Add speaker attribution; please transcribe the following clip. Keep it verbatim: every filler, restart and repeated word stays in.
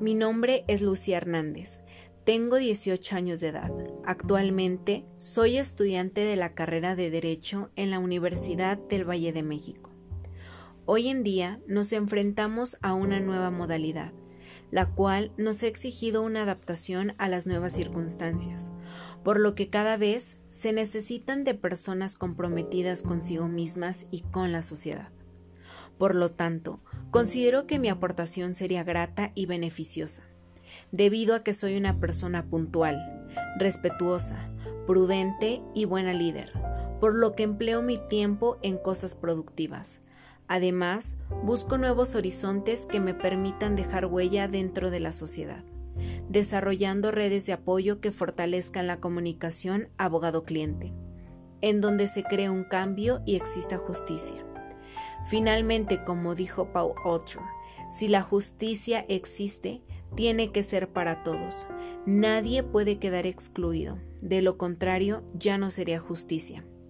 Speaker 1: Mi nombre es Lucía Hernández. Tengo dieciocho años de edad. Actualmente soy estudiante de la carrera de Derecho en la Universidad del Valle de México. Hoy en día nos enfrentamos a una nueva modalidad, la cual nos ha exigido una adaptación a las nuevas circunstancias, por lo que cada vez se necesitan de personas comprometidas consigo mismas y con la sociedad. Por lo tanto, considero que mi aportación sería grata y beneficiosa, debido a que soy una persona puntual, respetuosa, prudente y buena líder, por lo que empleo mi tiempo en cosas productivas. Además, busco nuevos horizontes que me permitan dejar huella dentro de la sociedad, desarrollando redes de apoyo que fortalezcan la comunicación abogado-cliente, en donde se cree un cambio y exista justicia. Finalmente, como dijo Paul Auster, si la justicia existe, tiene que ser para todos. Nadie puede quedar excluido. De lo contrario, ya no sería justicia.